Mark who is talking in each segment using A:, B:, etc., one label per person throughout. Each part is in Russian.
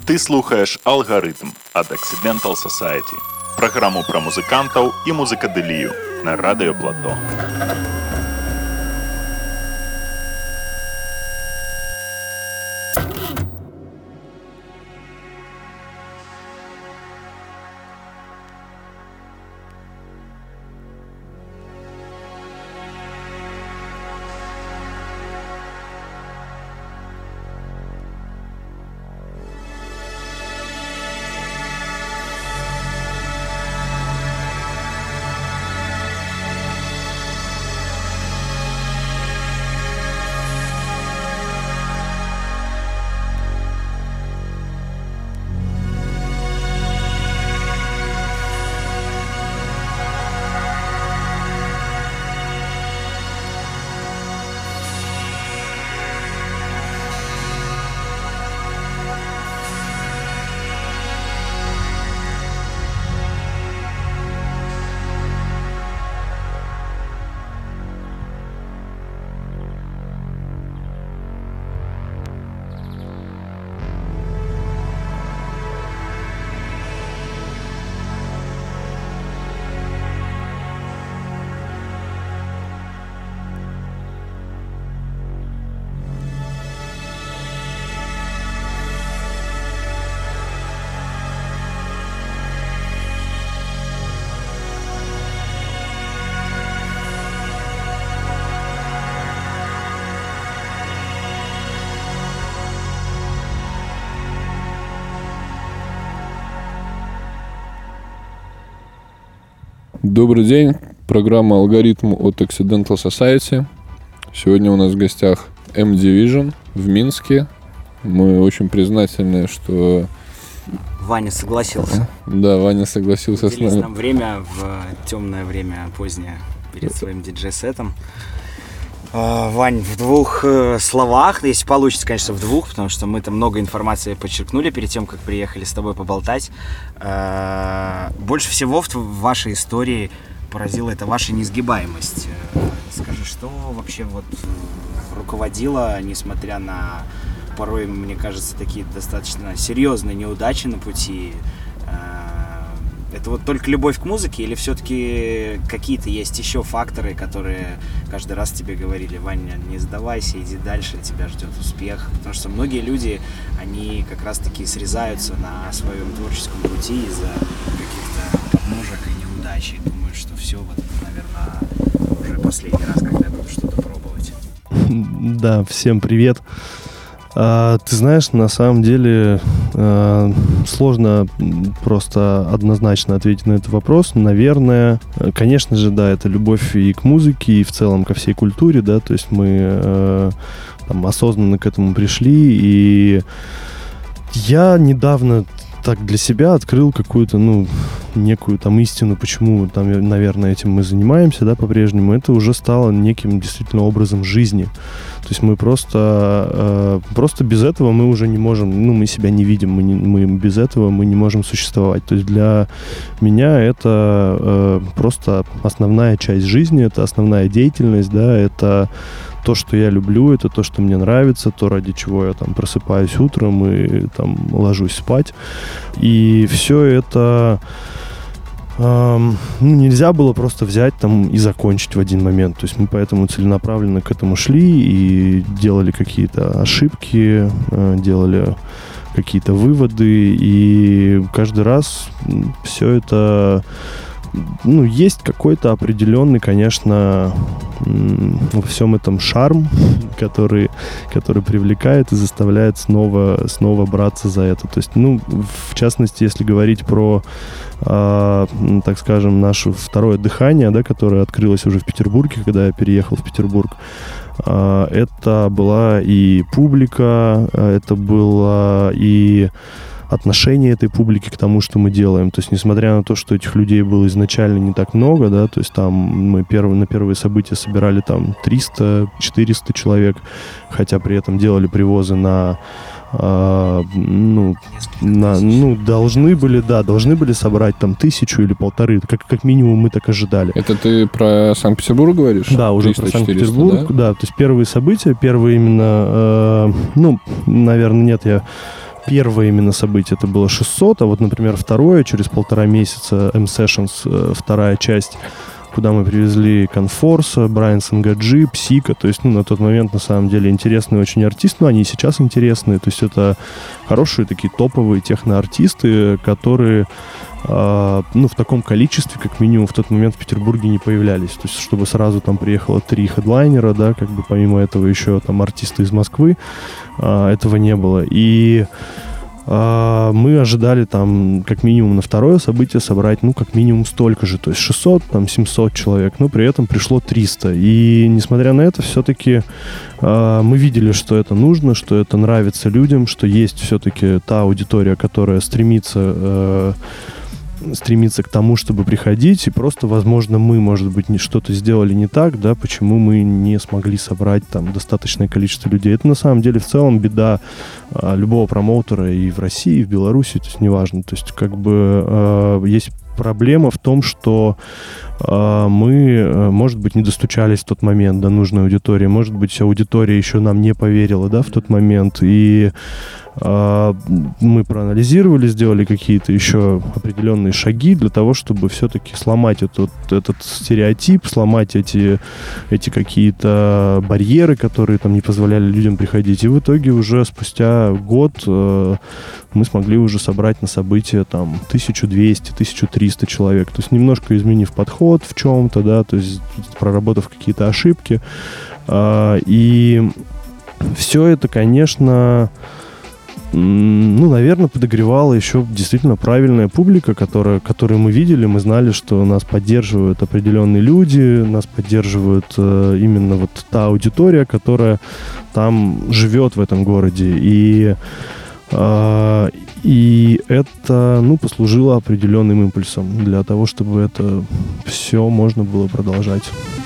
A: Ты слухаеш «Алгарытм» ад Accidental Society. Праграму пра музыкантаў і музыкадэлію на радыё Плато.
B: Добрый день, программа «Алгоритм» от Accidental Society. Сегодня у нас в гостях M-Division в Минске. Мы очень признательны, что...
C: Ваня согласился.
B: Да, Ваня согласился с нами.
C: Нам время в темное время позднее перед своим диджей-сетом. Вань, в двух словах, если получится, конечно, в двух, потому что мы там много информации подчеркнули перед тем, как приехали с тобой поболтать. Больше всего в вашей истории поразила это ваша неизгибаемость. Скажи, что вообще вот руководило, несмотря на порой, мне кажется, такие достаточно серьезные неудачи на пути? Это вот только любовь к музыке или все-таки какие-то есть еще факторы, которые каждый раз тебе говорили: Ваня, не сдавайся, иди дальше, тебя ждет успех? Потому что многие люди, они как раз-таки срезаются на своем творческом пути из-за каких-то подножек и неудач. И думают, что все, вот это, наверное, уже последний раз, когда я буду что-то пробовать.
D: Да, всем привет. Ты знаешь, на самом деле сложно просто однозначно ответить на этот вопрос. Наверное, конечно же, да, это любовь и к музыке, и в целом ко всей культуре, да, то есть мы там осознанно к этому пришли, и я недавно так для себя открыл какую-то, некую там истину, почему там, наверное, этим мы занимаемся, да, по-прежнему. Это уже стало неким действительно образом жизни. То есть мы просто без этого мы уже не можем, мы себя не видим, мы без этого мы не можем существовать. То есть для меня это просто основная часть жизни, это основная деятельность, да, это то, что я люблю, это то, что мне нравится, то, ради чего я там просыпаюсь утром и там ложусь спать. И все это нельзя было просто взять там и закончить в один момент. То есть мы поэтому целенаправленно к этому шли и делали какие-то ошибки, делали какие-то выводы, и каждый раз все это... есть какой-то определенный, конечно, во всем этом шарм, который привлекает и заставляет снова браться за это. То есть, в частности, если говорить про, так скажем, наше второе дыхание, да, которое открылось уже в Петербурге, когда я переехал в Петербург, это была и публика, это было и отношение этой публики к тому, что мы делаем. То есть, несмотря на то, что этих людей было изначально не так много, да, то есть там мы на первые события собирали там 300-400 человек, хотя при этом делали привозы на должны были собрать там 1000 или 1500, как минимум мы так ожидали.
B: Это ты про Санкт-Петербург говоришь?
D: Да, уже 300, про Санкт-Петербург, да, то есть первые события, именно, наверное, нет, я первое именно событие это было 600, а вот, например, второе, через 1,5 месяца, M-Sessions, вторая часть, куда мы привезли Конфорса, Брайан Сангаджи, Псика, то есть, на тот момент, на самом деле, интересные очень артисты, они и сейчас интересные, то есть это хорошие такие топовые техноартисты, которые, в таком количестве, как минимум, в тот момент в Петербурге не появлялись, то есть, чтобы сразу там приехало 3 хедлайнера, да, как бы помимо этого еще там артисты из Москвы, этого не было, и мы ожидали там как минимум на второе событие собрать, как минимум столько же, то есть 600, там 700 человек, но при этом пришло 300. И несмотря на это, все-таки мы видели, что это нужно, что это нравится людям, что есть все-таки та аудитория, которая стремится к тому, чтобы приходить, и просто, возможно, мы, может быть, что-то сделали не так, да, почему мы не смогли собрать там достаточное количество людей. Это, на самом деле, в целом беда любого промоутера и в России, и в Беларуси, то есть неважно. То есть, как бы, есть проблема в том, что мы, может быть, не достучались в тот момент до нужной аудитории, может быть, аудитория еще нам не поверила, да, в тот момент, и мы проанализировали, сделали какие-то еще определенные шаги для того, чтобы все-таки сломать этот стереотип, сломать эти какие-то барьеры, которые там не позволяли людям приходить. И в итоге уже спустя год мы смогли уже собрать на событие там 1200-1300 человек. То есть немножко изменив подход в чем-то, да, то есть проработав какие-то ошибки. И все это, конечно, наверное, подогревала еще действительно правильная публика, которую мы видели. Мы знали, что нас поддерживают определенные люди, нас поддерживают именно вот та аудитория, которая там живет в этом городе. И это, послужило определенным импульсом для того, чтобы это все можно было продолжать.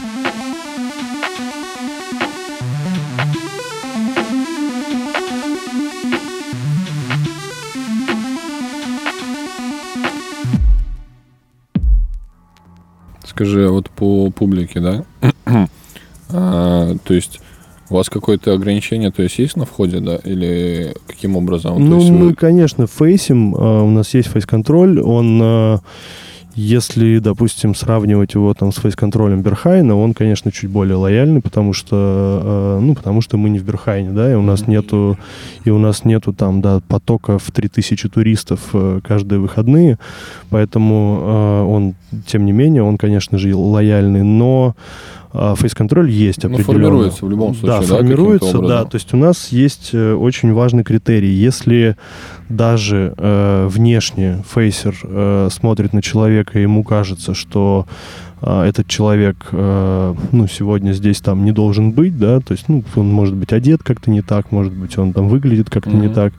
B: Скажи, вот по публике, да? То есть у вас какое-то ограничение, то есть на входе, да? Или каким образом?
D: Мы, конечно, фейсим. У нас есть фейс-контроль. Он, если, допустим, сравнивать его там с фейс-контролем Берхайна, он, конечно, чуть более лояльный, потому что мы не в Берхайне, да, и у нас нету там, да, потока в 3000 туристов каждые выходные, поэтому он, тем не менее, он, конечно же, лояльный, но фейс-контроль есть определенно.
B: Формируется в любом случае,
D: да? Формируется, да. То есть у нас есть очень важный критерий. Если даже внешне фейсер смотрит на человека, и ему кажется, что этот человек, сегодня здесь там не должен быть, да, то есть, он может быть одет как-то не так, может быть, он там выглядит как-то не так,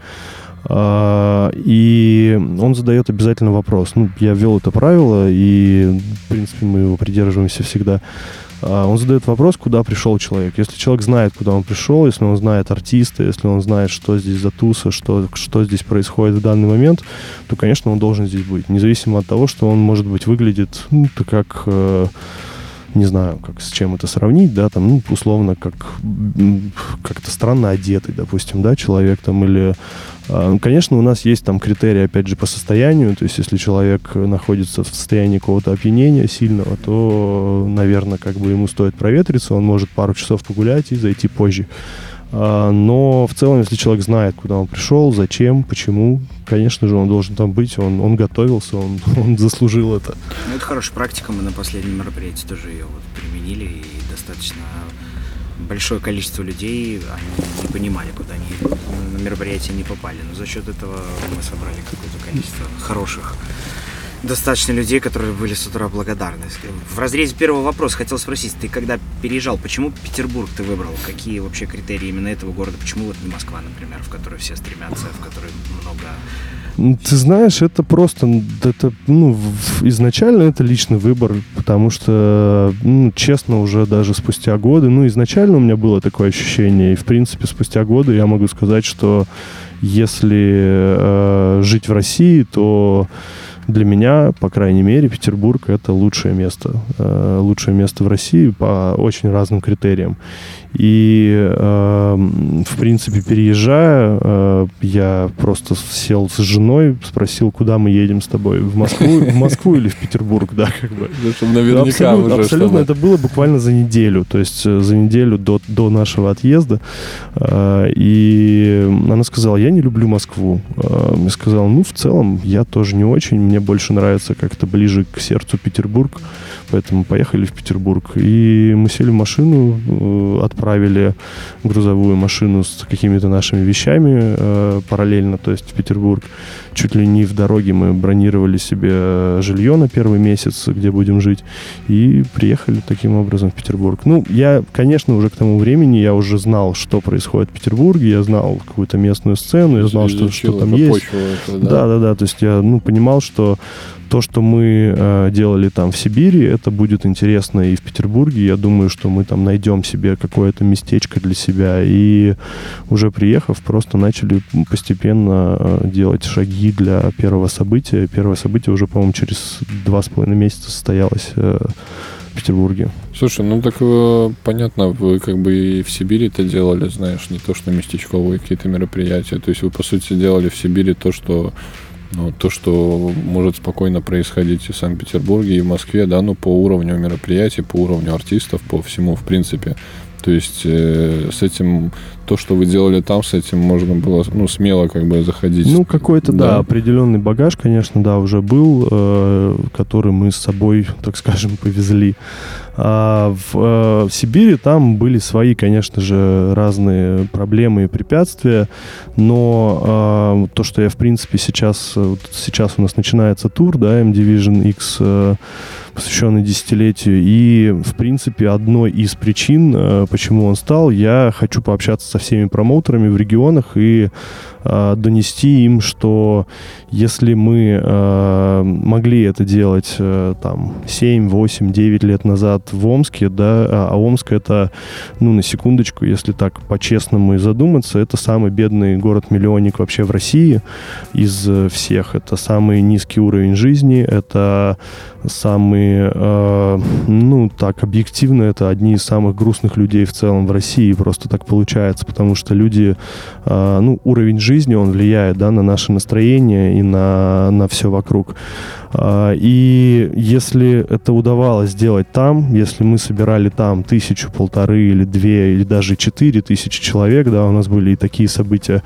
D: и он задает обязательно вопрос. Я ввел это правило, и, в принципе, мы его придерживаемся всегда. Он задает вопрос, куда пришел человек. Если человек знает, куда он пришел, если он знает артиста, если он знает, что здесь за туса, что здесь происходит в данный момент, то, конечно, он должен здесь быть. Независимо от того, что он, может быть, выглядит, как... не знаю, как с чем это сравнить, да, там, условно, как-то странно одетый, допустим, да, человек там, или... Конечно, у нас есть там критерии, опять же, по состоянию, то есть если человек находится в состоянии какого-то опьянения сильного, то, наверное, как бы ему стоит проветриться, он может пару часов погулять и зайти позже. Но в целом, если человек знает, куда он пришел, зачем, почему, конечно же, он должен там быть, он готовился, он заслужил это.
C: Это хорошая практика, мы на последнем мероприятии тоже ее применили, и достаточно большое количество людей, они не понимали, куда они на мероприятие не попали, но за счет этого мы собрали какое-то количество хороших достаточно людей, которые были с утра благодарны. В разрезе первого вопроса хотел спросить, ты когда переезжал, почему Петербург ты выбрал? Какие вообще критерии именно этого города? Почему вот не Москва, например, в которой все стремятся, в которой много...
D: Ты знаешь, это просто, изначально это личный выбор, потому что, честно, уже даже спустя годы, изначально у меня было такое ощущение, и, в принципе, спустя годы я могу сказать, что если жить в России, то для меня, по крайней мере, Петербург — это лучшее место в России по очень разным критериям. И, в принципе, переезжая, я просто сел с женой, спросил, куда мы едем с тобой, в Москву или в Петербург, да, как бы.
B: Наверняка уже.
D: Абсолютно, это было буквально за неделю, то есть за неделю до нашего отъезда. И она сказала, я не люблю Москву. Я сказал, ну, в целом, я тоже не очень, мне больше нравится как-то ближе к сердцу Петербург, поэтому поехали в Петербург. И мы сели в машину, отправили грузовую машину с какими-то нашими вещами параллельно, то есть в Петербург. Чуть ли не в дороге мы бронировали себе жилье на первый месяц, где будем жить, и приехали таким образом в Петербург. Ну, я, конечно, уже к тому времени я уже знал, что происходит в Петербурге, я знал какую-то местную сцену, я знал, что там есть. Да, то есть я понимал, что то, что мы делали там в Сибири, это будет интересно и в Петербурге. Я думаю, что мы там найдем себе какое-то местечко для себя. И уже приехав, просто начали постепенно делать шаги для первого события. Первое событие уже, по-моему, через 2,5 месяца состоялось в Петербурге.
B: Слушай, ну так понятно, вы как бы и в Сибири это делали, знаешь, не то, что местечковые какие-то мероприятия. То есть вы, по сути, делали в Сибири то, что может спокойно происходить и в Санкт-Петербурге, и в Москве, да, по уровню мероприятий, по уровню артистов, по всему, в принципе. То есть с этим, то, что вы делали там, с этим можно было, смело как бы заходить.
D: Ну, какой-то, да, определенный багаж, конечно, да, уже был, который мы с собой, так скажем, повезли. А в Сибири там были свои, конечно же, разные проблемы и препятствия, но то, что я, в принципе, сейчас у нас начинается тур, да, M-Division X, посвященный десятилетию, и, в принципе, одной из причин, почему он стал, я хочу пообщаться со всеми промоутерами в регионах и донести им, что если мы могли это делать там 7, 8, 9 лет назад в Омске, да, а Омск это, на секундочку, если так по-честному и задуматься, это самый бедный город-миллионник вообще в России из всех. Это самый низкий уровень жизни, это самые, так объективно, это одни из самых грустных людей в целом в России, просто так получается, потому что люди, уровень жизни, он влияет, да, на наше настроение и на все вокруг. И если это удавалось сделать там, если мы собирали там 1000, 1500 или 2, или даже 4000 человек, да, у нас были и такие события,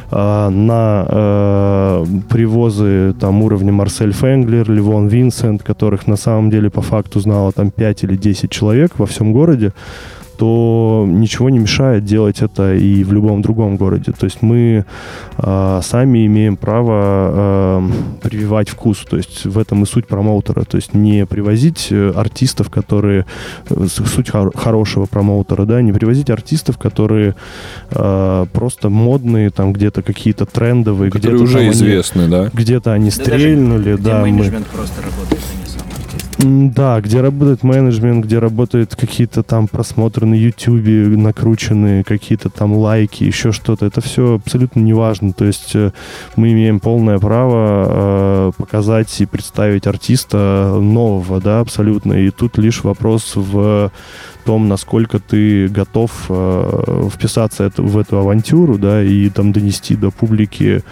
D: на привозы там уровня Марсель Фенглер, Ливон Винсент, которых на самом деле по факту знало там 5 или 10 человек во всем городе, то ничего не мешает делать это и в любом другом городе. То есть мы сами имеем право прививать вкус. То есть в этом и суть промоутера. То есть не привозить артистов, которые... Суть хорошего промоутера, да, не привозить артистов, которые просто модные, там где-то какие-то трендовые.
B: Которые
D: где-то
B: уже известны, да?
D: Где-то они стрельнули.
C: Где менеджмент просто работает, а не сам артист.
D: Да, где работает менеджмент, где работают какие-то там просмотры на Ютубе, накрученные, какие-то там лайки, еще что-то. Это все абсолютно не важно. То есть мы имеем полное право показать и представить артиста нового, да, абсолютно. И тут лишь вопрос в том, насколько ты готов вписаться в эту авантюру, да, и там донести до публики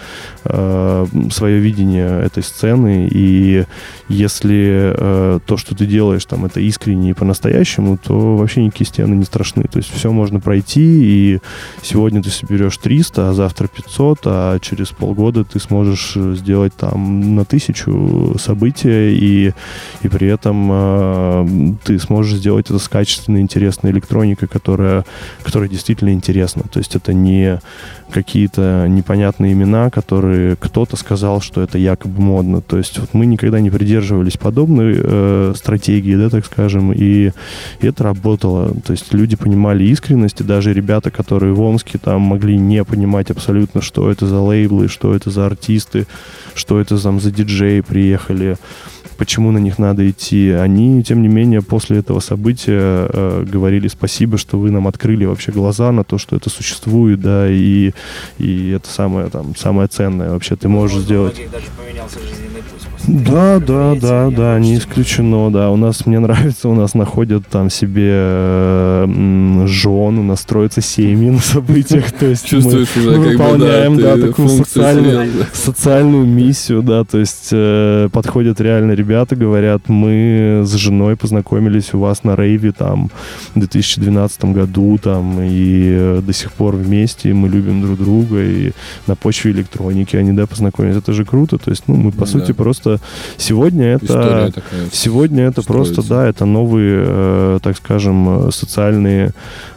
D: свое видение этой сцены. И если то, что ты делаешь, там, это искренне и по-настоящему, то вообще никакие стены не страшны. То есть все можно пройти, и сегодня ты соберешь 300, а завтра 500, а через полгода ты сможешь сделать там на 1000 события, и при этом ты сможешь сделать это с качественной, интересной электроникой, которая действительно интересна. То есть это не какие-то непонятные имена, которые кто-то сказал, что это якобы модно. То есть вот мы никогда не придерживались подобной стратегии, да, так скажем, и это работало. То есть люди понимали искренность, и даже ребята, которые в Омске там могли не понимать абсолютно, что это за лейблы, что это за артисты, что это там за диджеи приехали, почему на них надо идти. Они, тем не менее, после этого события говорили спасибо, что вы нам открыли вообще глаза на то, что это существует, да, и это самое ценное вообще ты можешь сделать.
C: У многих даже поменялся жизненный путь
D: Да, не исключено, да. Мне нравится, у нас находят там себе жен, у нас строятся семьи на событиях, то есть
B: Чувствуешь уже,
D: мы выполняем, такую
B: функцию
D: социальную миссию, да, то есть подходят реально ребята, говорят, мы с женой познакомились у вас на рейве там в 2012 году, там, и до сих пор вместе, и мы любим друг друга, и на почве электроники они, да, познакомились. Это же круто, то есть, мы, по сути, просто сегодня это просто, да, это новые, так скажем, социальные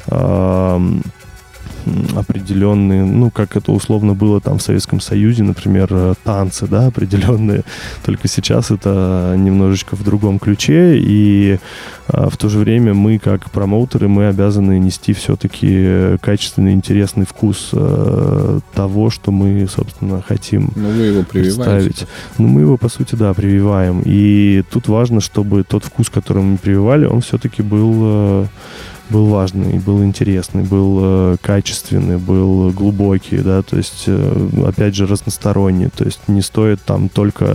D: определенные, как это условно было там в Советском Союзе, например, танцы, да, определенные, только сейчас это немножечко в другом ключе, и в то же время мы, как промоутеры, мы обязаны нести все-таки качественный, интересный вкус того, что мы, собственно, хотим
B: вы его
D: представить. Мы его, по сути, да, прививаем, и тут важно, чтобы тот вкус, который мы прививали, он все-таки был важный, был интересный, был качественный, был глубокий, да, то есть, опять же, разносторонний, то есть не стоит там только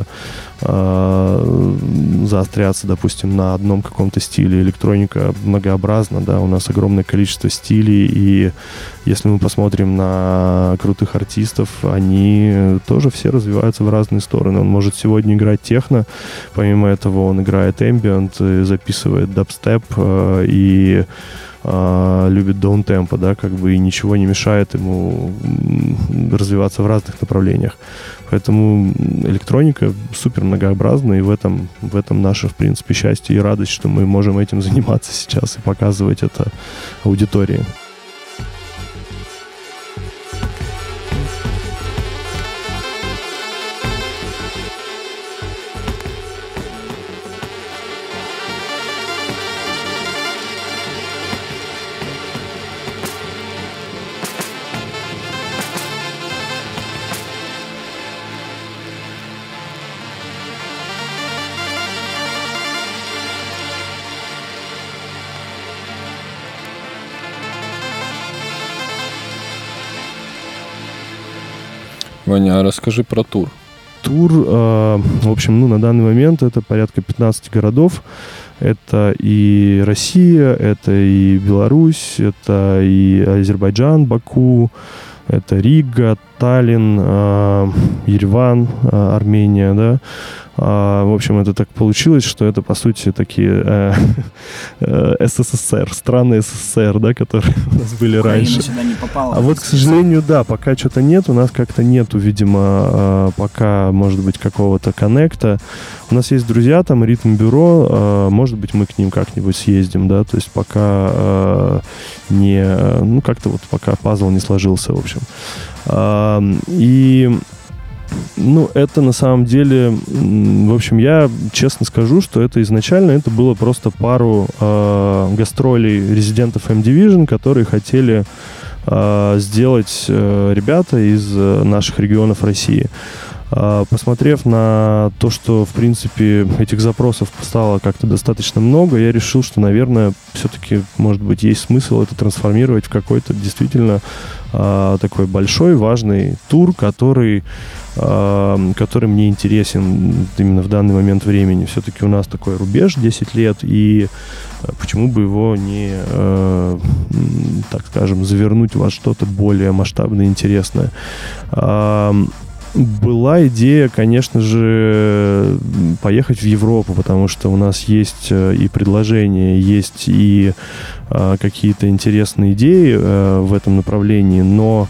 D: заостряться, допустим, на одном каком-то стиле. Электроника многообразна, да, у нас огромное количество стилей, и если мы посмотрим на крутых артистов, они тоже все развиваются в разные стороны. Он может сегодня играть техно, помимо этого он играет эмбиент, записывает дабстеп и любит даунтемпо, да, и ничего не мешает ему развиваться в разных направлениях. Поэтому электроника супер многообразна, и в этом наше, в принципе, счастье и радость, что мы можем этим заниматься сейчас и показывать это аудитории.
B: Ваня, а расскажи про тур.
D: Тур, в общем, на данный момент это порядка 15 городов. Это и Россия, это и Беларусь, это и Азербайджан, Баку, это Рига, Таллин, Ереван, Армения, да. В общем, это так получилось, что это, по сути, такие СССР, страны СССР, да, которые у нас были раньше.
C: Сюда не попала.
D: А вот, к сожалению, да, пока что-то нет, у нас как-то нету, видимо, пока, может быть, какого-то коннекта. У нас есть друзья, там, Ритм-бюро, может быть, мы к ним как-нибудь съездим, да, то есть пока как-то вот пока пазл не сложился, в общем. И это на самом деле, в общем, я честно скажу, что это изначально это было просто пару гастролей резидентов M-Division, которые хотели сделать ребята из наших регионов России. Посмотрев на то, что, в принципе, этих запросов стало как-то достаточно много, я решил, что, наверное, все-таки, может быть, есть смысл это трансформировать в какой-то действительно такой большой, важный тур, который мне интересен именно в данный момент времени. Все-таки у нас такой рубеж 10 лет, и почему бы его не, так скажем, завернуть во что-то более масштабное и интересное. Была идея, конечно же, поехать в Европу, потому что у нас есть и предложения, есть и какие-то интересные идеи в этом направлении, но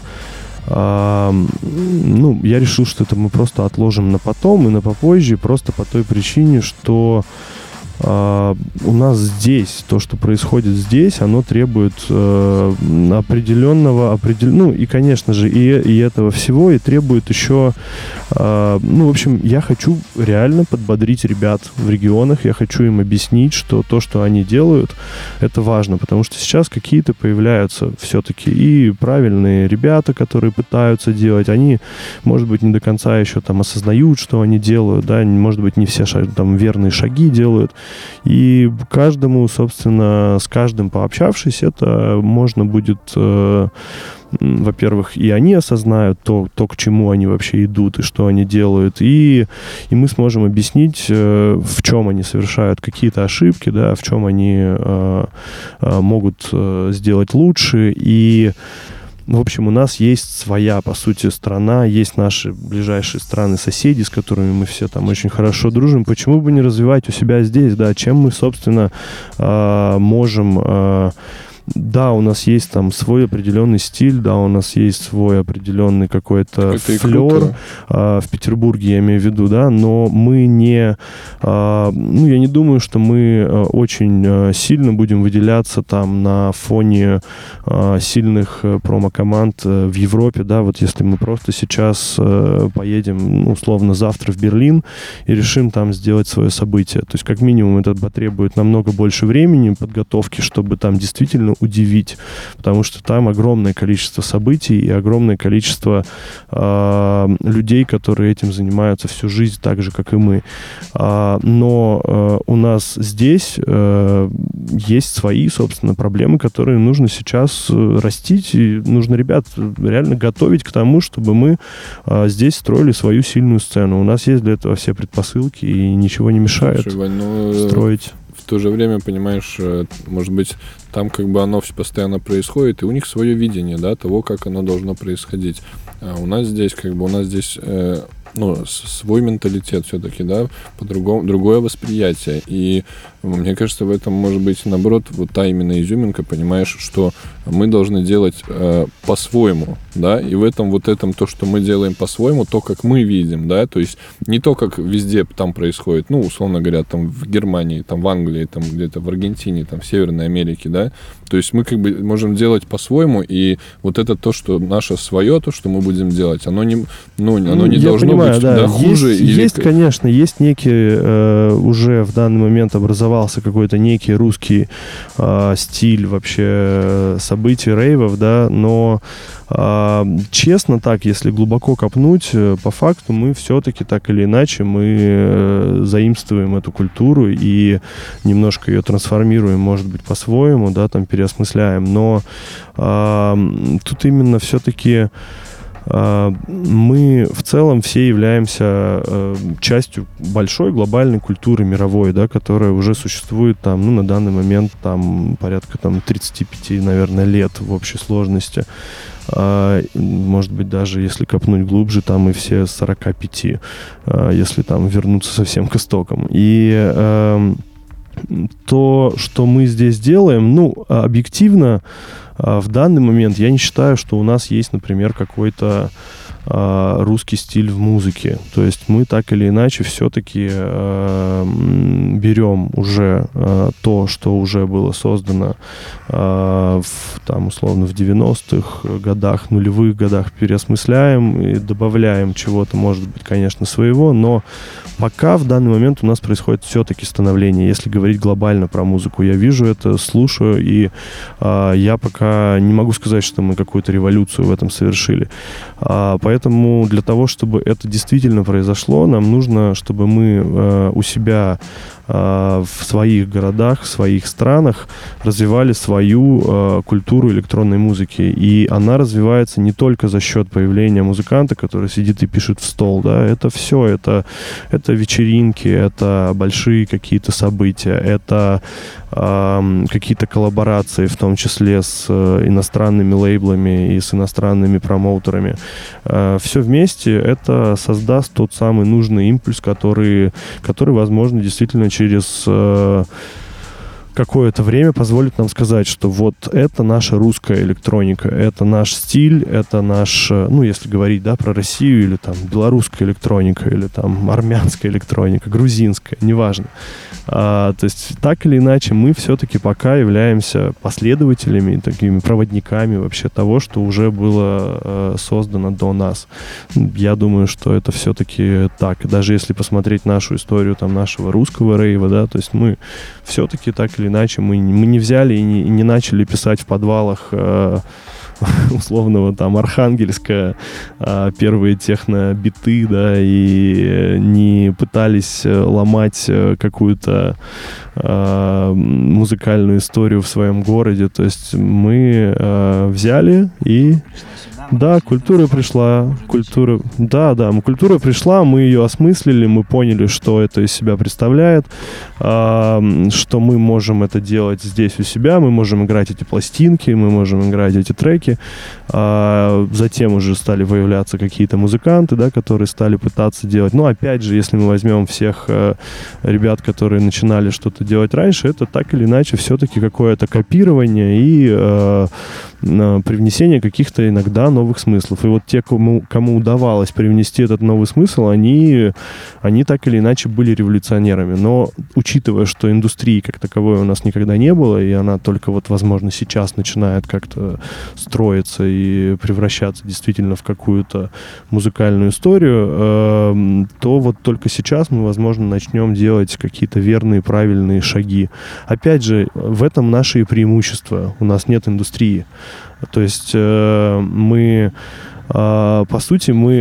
D: я решил, что это мы просто отложим на потом и на попозже, просто по той причине, что у нас здесь, то, что происходит здесь, оно требует определенного, и, конечно же, и этого всего, и требует еще, в общем, я хочу реально подбодрить ребят в регионах, я хочу им объяснить, что то, что они делают, это важно, потому что сейчас какие-то появляются все-таки и правильные ребята, которые пытаются делать, они, может быть, не до конца еще там осознают, что они делают, да, может быть, не все там верные шаги делают. И каждому, собственно, с каждым пообщавшись, это можно будет, во-первых, и они осознают то, к чему они вообще идут и что они делают, и мы сможем объяснить, в чем они совершают какие-то ошибки, да, в чем они могут сделать лучше. И, в общем, у нас есть своя, по сути, страна, есть наши ближайшие страны-соседи, с которыми мы все там очень хорошо дружим. Почему бы не развивать у себя здесь, да, чем мы, собственно, можем... Да, у нас есть там свой определенный стиль, да, у нас есть свой определенный какой-то флер в Петербурге, я имею в виду, да, но мы не, я не думаю, что мы очень сильно будем выделяться там на фоне сильных промо-команд в Европе, да, вот если мы просто сейчас поедем, условно, завтра в Берлин и решим там сделать свое событие, то есть как минимум это потребует намного больше времени подготовки, чтобы там действительно удивить, потому что там огромное количество событий и огромное количество людей, которые этим занимаются всю жизнь, так же, как и мы. Но у нас здесь есть свои, собственно, проблемы, которые нужно сейчас растить, и нужно ребят реально готовить к тому, чтобы мы здесь строили свою сильную сцену. У нас есть для этого все предпосылки, и ничего не мешает строить.
B: В то же время, понимаешь, может быть, там как бы оно все постоянно происходит, и у них свое видение, да, того, как оно должно происходить. А у нас здесь, свой менталитет все-таки, да, по-другому, другое восприятие. И мне кажется, в этом может быть, наоборот, вот та именно изюминка, понимаешь, что мы должны делать по-своему, да, и в этом вот этом то, что мы делаем по-своему, то, как мы видим, да, то есть не то, как везде там происходит, условно говоря, там в Германии, там в Англии, там где-то в Аргентине, там в Северной Америке, да, то есть мы как бы можем делать по-своему, и вот это то, что наше свое, то, что мы будем делать, оно не должно быть хуже.
D: Конечно, есть некий, уже в данный момент образовался какой-то некий русский стиль вообще событий рейвов, да, но честно так, если глубоко копнуть, по факту мы все-таки так или иначе мы заимствуем эту культуру и немножко ее трансформируем, может быть, по-своему, да, там переосмысляем, но тут именно все-таки мы в целом все являемся частью большой глобальной культуры мировой, да, которая уже существует там, на данный момент там порядка там 35, наверное, лет в общей сложности. Может быть, даже если копнуть глубже, там и все 45, если там вернуться совсем к истокам. И то, что мы здесь делаем, объективно, в данный момент я не считаю, что у нас есть, например, какой-то русский стиль в музыке. То есть мы так или иначе все-таки берем уже то, что уже было создано условно в 90-х годах, нулевых годах, переосмысляем и добавляем чего-то, может быть, конечно, своего, но пока в данный момент у нас происходит все-таки становление. Если говорить глобально про музыку, я вижу это, слушаю, и я пока не могу сказать, что мы какую-то революцию в этом совершили. Поэтому для того, чтобы это действительно произошло, нам нужно, чтобы мы у себя в своих городах, в своих странах развивали свою культуру электронной музыки. И она развивается не только за счет появления музыканта, который сидит и пишет в стол, да, это все, это вечеринки, это большие какие-то события, это какие-то коллаборации, в том числе с иностранными лейблами и с иностранными промоутерами. Все вместе это создаст тот самый нужный импульс, который возможно, действительно через какое-то время позволит нам сказать, что вот это наша русская электроника, это наш стиль, это наш, если говорить, да, про Россию, или там белорусская электроника, или там армянская электроника, грузинская, неважно. То есть так или иначе мы все-таки пока являемся последователями, такими проводниками вообще того, что уже было создано до нас. Я думаю, что это все-таки так. Даже если посмотреть нашу историю там нашего русского рейва, да, то есть мы все-таки так или иначе мы не взяли и не начали писать в подвалах условного там Архангельска первые техно-биты, да, и не пытались ломать какую-то музыкальную историю в своем городе. То есть мы взяли и... Да, культура пришла, культура пришла, мы ее осмыслили, мы поняли, что это из себя представляет, что мы можем это делать здесь у себя, мы можем играть эти пластинки, мы можем играть эти треки. Затем уже стали появляться какие-то музыканты, да, которые стали пытаться делать. Но опять же, если мы возьмем всех ребят, которые начинали что-то делать раньше, это так или иначе все-таки какое-то копирование и привнесение каких-то иногда новых смыслов. И вот те, кому удавалось привнести этот новый смысл, они так или иначе были революционерами. Но учитывая, что индустрии как таковой у нас никогда не было, и она только вот, возможно, сейчас начинает как-то строиться и превращаться действительно в какую-то музыкальную историю, то вот только сейчас мы, возможно, начнем делать какие-то верные, правильные шаги. Опять же, в этом наши преимущества. У нас нет индустрии. То есть мы, по сути, мы...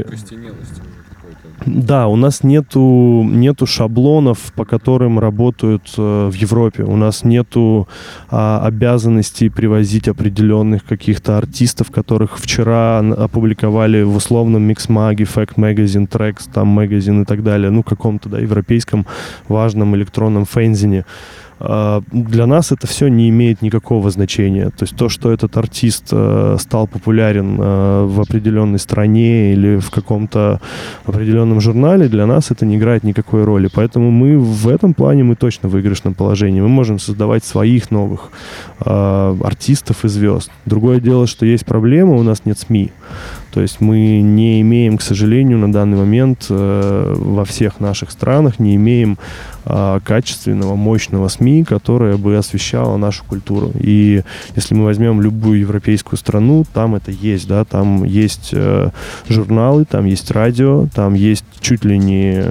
D: Да, у нас нету шаблонов, по которым работают в Европе. У нас нету обязанностей привозить определенных каких-то артистов, которых вчера опубликовали в условном Mixmag, Fact Magazine, Tracks, там Magazine и так далее, ну, каком-то, да, европейском важном электронном фэнзине. Для нас это все не имеет никакого значения. То есть то, что этот артист стал популярен в определенной стране или в каком-то определенном журнале, для нас это не играет никакой роли. Поэтому мы в этом плане мы точно в выигрышном положении. Мы можем создавать своих новых артистов и звезд. Другое дело, что есть проблема, у нас нет СМИ. То есть мы не имеем, к сожалению, на данный момент во всех наших странах не имеем качественного, мощного СМИ, которое бы освещало нашу культуру. И если мы возьмем любую европейскую страну, там это есть, да, там есть журналы, там есть радио, там есть чуть ли не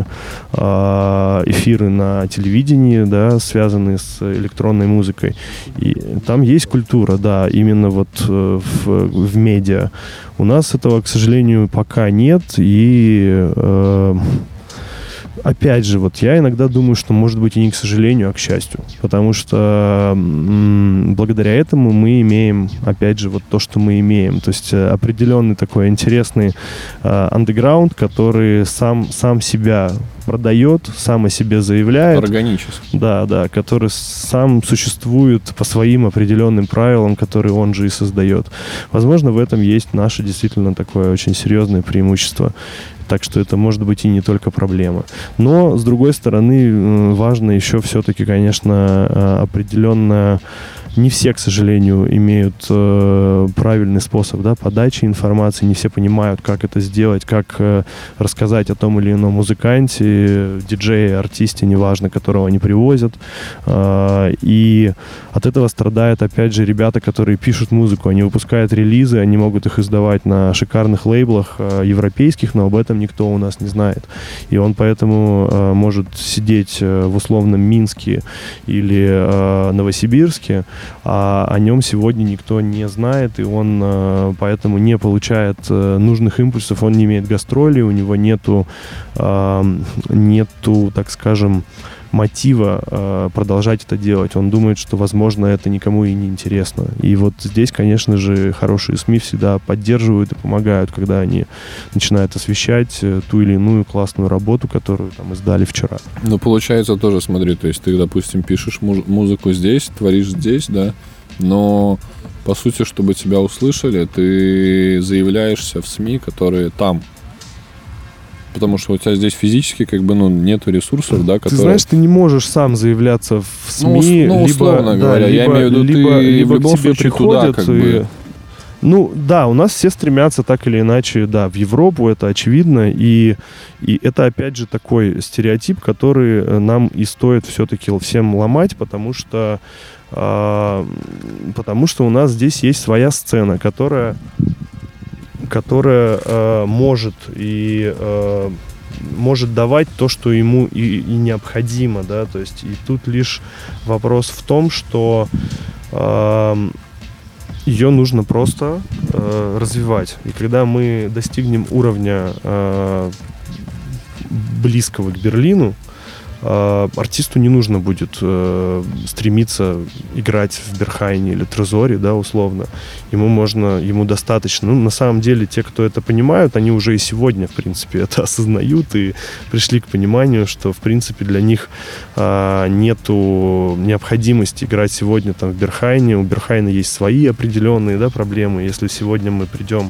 D: эфиры на телевидении, да, связанные с электронной музыкой. И там есть культура, да, именно вот в медиа. У нас этого, к сожалению, пока нет, и опять же, вот я иногда думаю, что, может быть, и не к сожалению, а к счастью. Потому что благодаря этому мы имеем, опять же, вот то, что мы имеем. То есть определенный такой интересный андеграунд, который сам себя продает, сам о себе заявляет.
B: Органически.
D: Да, который сам существует по своим определенным правилам, которые он же и создает. Возможно, в этом есть наше действительно такое очень серьезное преимущество. Так что это может быть и не только проблема. Но, с другой стороны, важно еще все-таки, конечно, определенно... Не все, к сожалению, имеют правильный способ, да, подачи информации, не все понимают, как это сделать, как рассказать о том или ином музыканте, диджее, артисте, неважно, которого они привозят. И от этого страдают, опять же, ребята, которые пишут музыку. Они выпускают релизы, они могут их издавать на шикарных лейблах европейских, но об этом никто у нас не знает. И он поэтому может сидеть в условном Минске или Новосибирске, а о нем сегодня никто не знает, и он поэтому не получает нужных импульсов, он не имеет гастролей, у него нету, так скажем, мотива продолжать это делать. Он думает, что, возможно, это никому и не интересно. И вот здесь, конечно же, хорошие СМИ всегда поддерживают и помогают, когда они начинают освещать ту или иную классную работу, которую там издали вчера.
B: Ну, получается тоже, смотри, то есть ты, допустим, пишешь музыку здесь, творишь здесь, да, но, по сути, чтобы тебя услышали, ты заявляешься в СМИ, которые там. Потому что у тебя здесь физически как бы, нету ресурсов, да, которые...
D: Ты знаешь, ты не можешь сам заявляться в СМИ,
B: условно говоря, я имею в виду, ты в любом случае туда как бы...
D: Ну, да, у нас все стремятся так или иначе, да, в Европу, это очевидно, и это, опять же, такой стереотип, который нам и стоит все-таки всем ломать, потому что у нас здесь есть своя сцена, которая может давать то, что ему и необходимо, да, то есть и тут лишь вопрос в том, что ее нужно просто развивать. И когда мы достигнем уровня близкого к Берлину, артисту не нужно будет стремиться играть в Берхайне или Трезоре, да, условно. Ему достаточно. Ну, на самом деле, те, кто это понимают, они уже и сегодня, в принципе, это осознают и пришли к пониманию, что, в принципе, для них нету необходимости играть сегодня там в Берхайне. У Берхайна есть свои определенные, да, проблемы. Если сегодня мы придем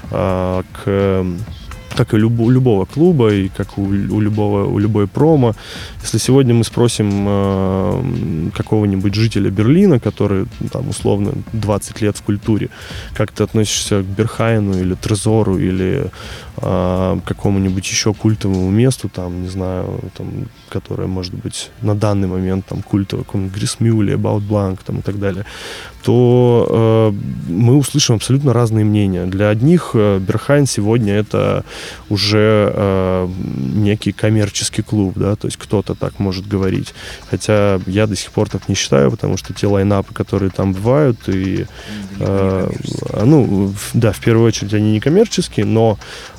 D: как и у любого клуба, и как у любой промо. Если сегодня мы спросим какого-нибудь жителя Берлина, который там условно 20 лет в культуре, как ты относишься к Берхайну или Трезору или какому-нибудь еще культовому месту, там, не знаю, там, которое может быть на данный момент там культовое, какому-нибудь Грисмюле, About Blanc там, и так далее, то мы услышим абсолютно разные мнения. Для одних Берхайн сегодня это уже некий коммерческий клуб, да, то есть кто-то так может говорить. Хотя я до сих пор так не считаю, потому что те лайнапы, которые там бывают, и да, в первую очередь они не коммерческие, но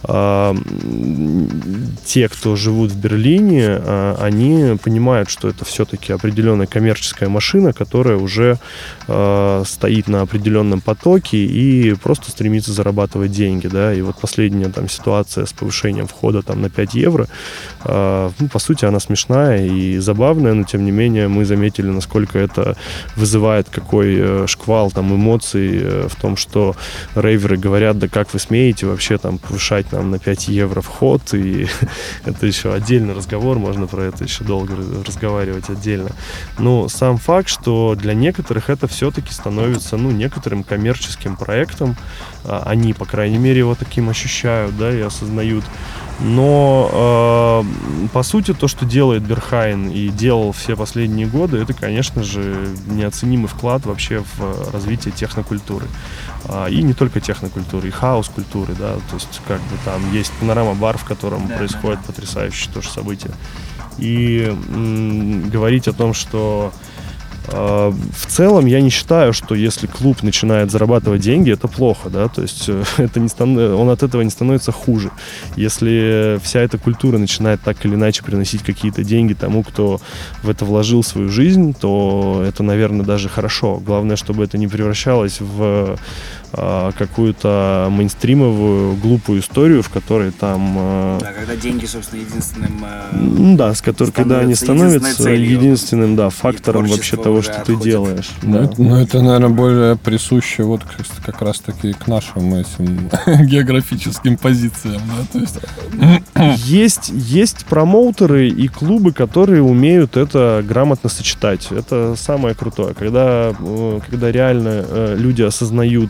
D: те, кто живут в Берлине, они понимают, что это все-таки определенная коммерческая машина, которая уже стоит на определенном потоке и просто стремится зарабатывать деньги, да, и вот последняя там ситуация с повышением входа там на 5 евро, по сути, она смешная и забавная, но тем не менее мы заметили, насколько это вызывает какой шквал там эмоций в том, что рейверы говорят, да как вы смеете вообще там повышать нам на 5 евро вход, и это еще отдельный разговор, можно про это еще долго разговаривать отдельно. Но сам факт, что для некоторых это все-таки становится, некоторым коммерческим проектом, они, по крайней мере, его таким ощущают, да, и осознают. Но, по сути, то, что делает Берхайн и делал все последние годы, это, конечно же, неоценимый вклад вообще в развитие технокультуры. И не только технокультуры, и хаос-культуры, да, то есть как бы там есть панорама-бар, в котором происходит потрясающее тоже событие. И говорить о том, что в целом я не считаю, что если клуб начинает зарабатывать деньги, это плохо, да, то есть он от этого не становится хуже. Если вся эта культура начинает так или иначе приносить какие-то деньги тому, кто в это вложил свою жизнь, то это, наверное, даже хорошо. Главное, чтобы это не превращалось в какую-то мейнстримовую глупую историю, в которой там...
C: Да, когда деньги, собственно, единственным...
D: Да, когда они становятся единственным, да, фактором вообще того, что ты делаешь.
B: Да. Это, наверное, более присуще вот как раз-таки к нашим этим географическим позициям, да, то есть...
D: Есть промоутеры и клубы, которые умеют это грамотно сочетать. Это самое крутое. Когда реально люди осознают,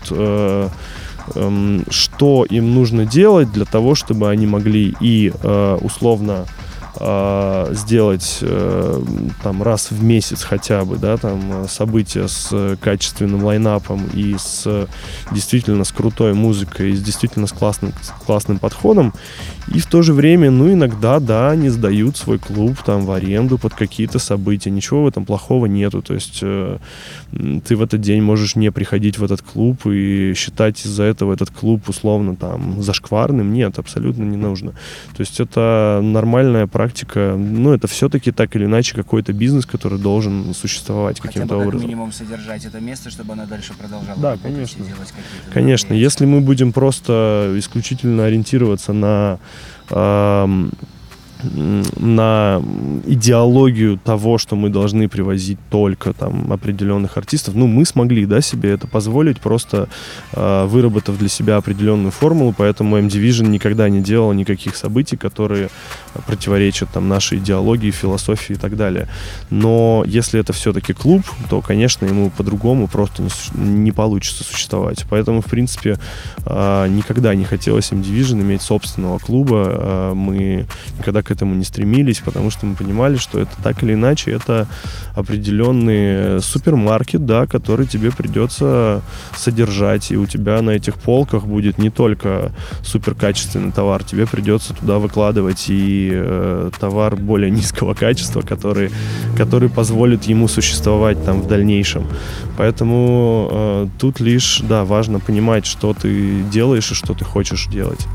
D: что им нужно делать для того, чтобы они могли и условно сделать там раз в месяц хотя бы, да, там события с качественным лайнапом и действительно с крутой музыкой, и действительно с классным подходом, и в то же время, иногда, да, они сдают свой клуб там в аренду под какие-то события, ничего в этом плохого нету, то есть ты в этот день можешь не приходить в этот клуб и считать из-за этого этот клуб условно там зашкварным, нет, абсолютно не нужно, то есть это нормальная практика, это все-таки так или иначе какой-то бизнес, который должен существовать каким-то образом.
C: Как минимум содержать это место, чтобы оно дальше продолжало.
D: Да, конечно. Конечно, если мы будем просто исключительно ориентироваться на идеологию того, что мы должны привозить только там определенных артистов. Мы смогли, да, себе это позволить, просто выработав для себя определенную формулу, поэтому M-Division никогда не делал никаких событий, которые противоречат там нашей идеологии, философии и так далее. Но если это все-таки клуб, то, конечно, ему по-другому просто не получится существовать. Поэтому, в принципе, никогда не хотелось M-Division иметь собственного клуба. Мы никогда к этому не стремились, потому что мы понимали, что это так или иначе это определенный супермаркет, да, который тебе придется содержать, и у тебя на этих полках будет не только суперкачественный товар, тебе придется туда выкладывать и товар более низкого качества, который позволит ему существовать там в дальнейшем. Поэтому тут лишь, да, важно понимать, что ты делаешь и что ты хочешь делать.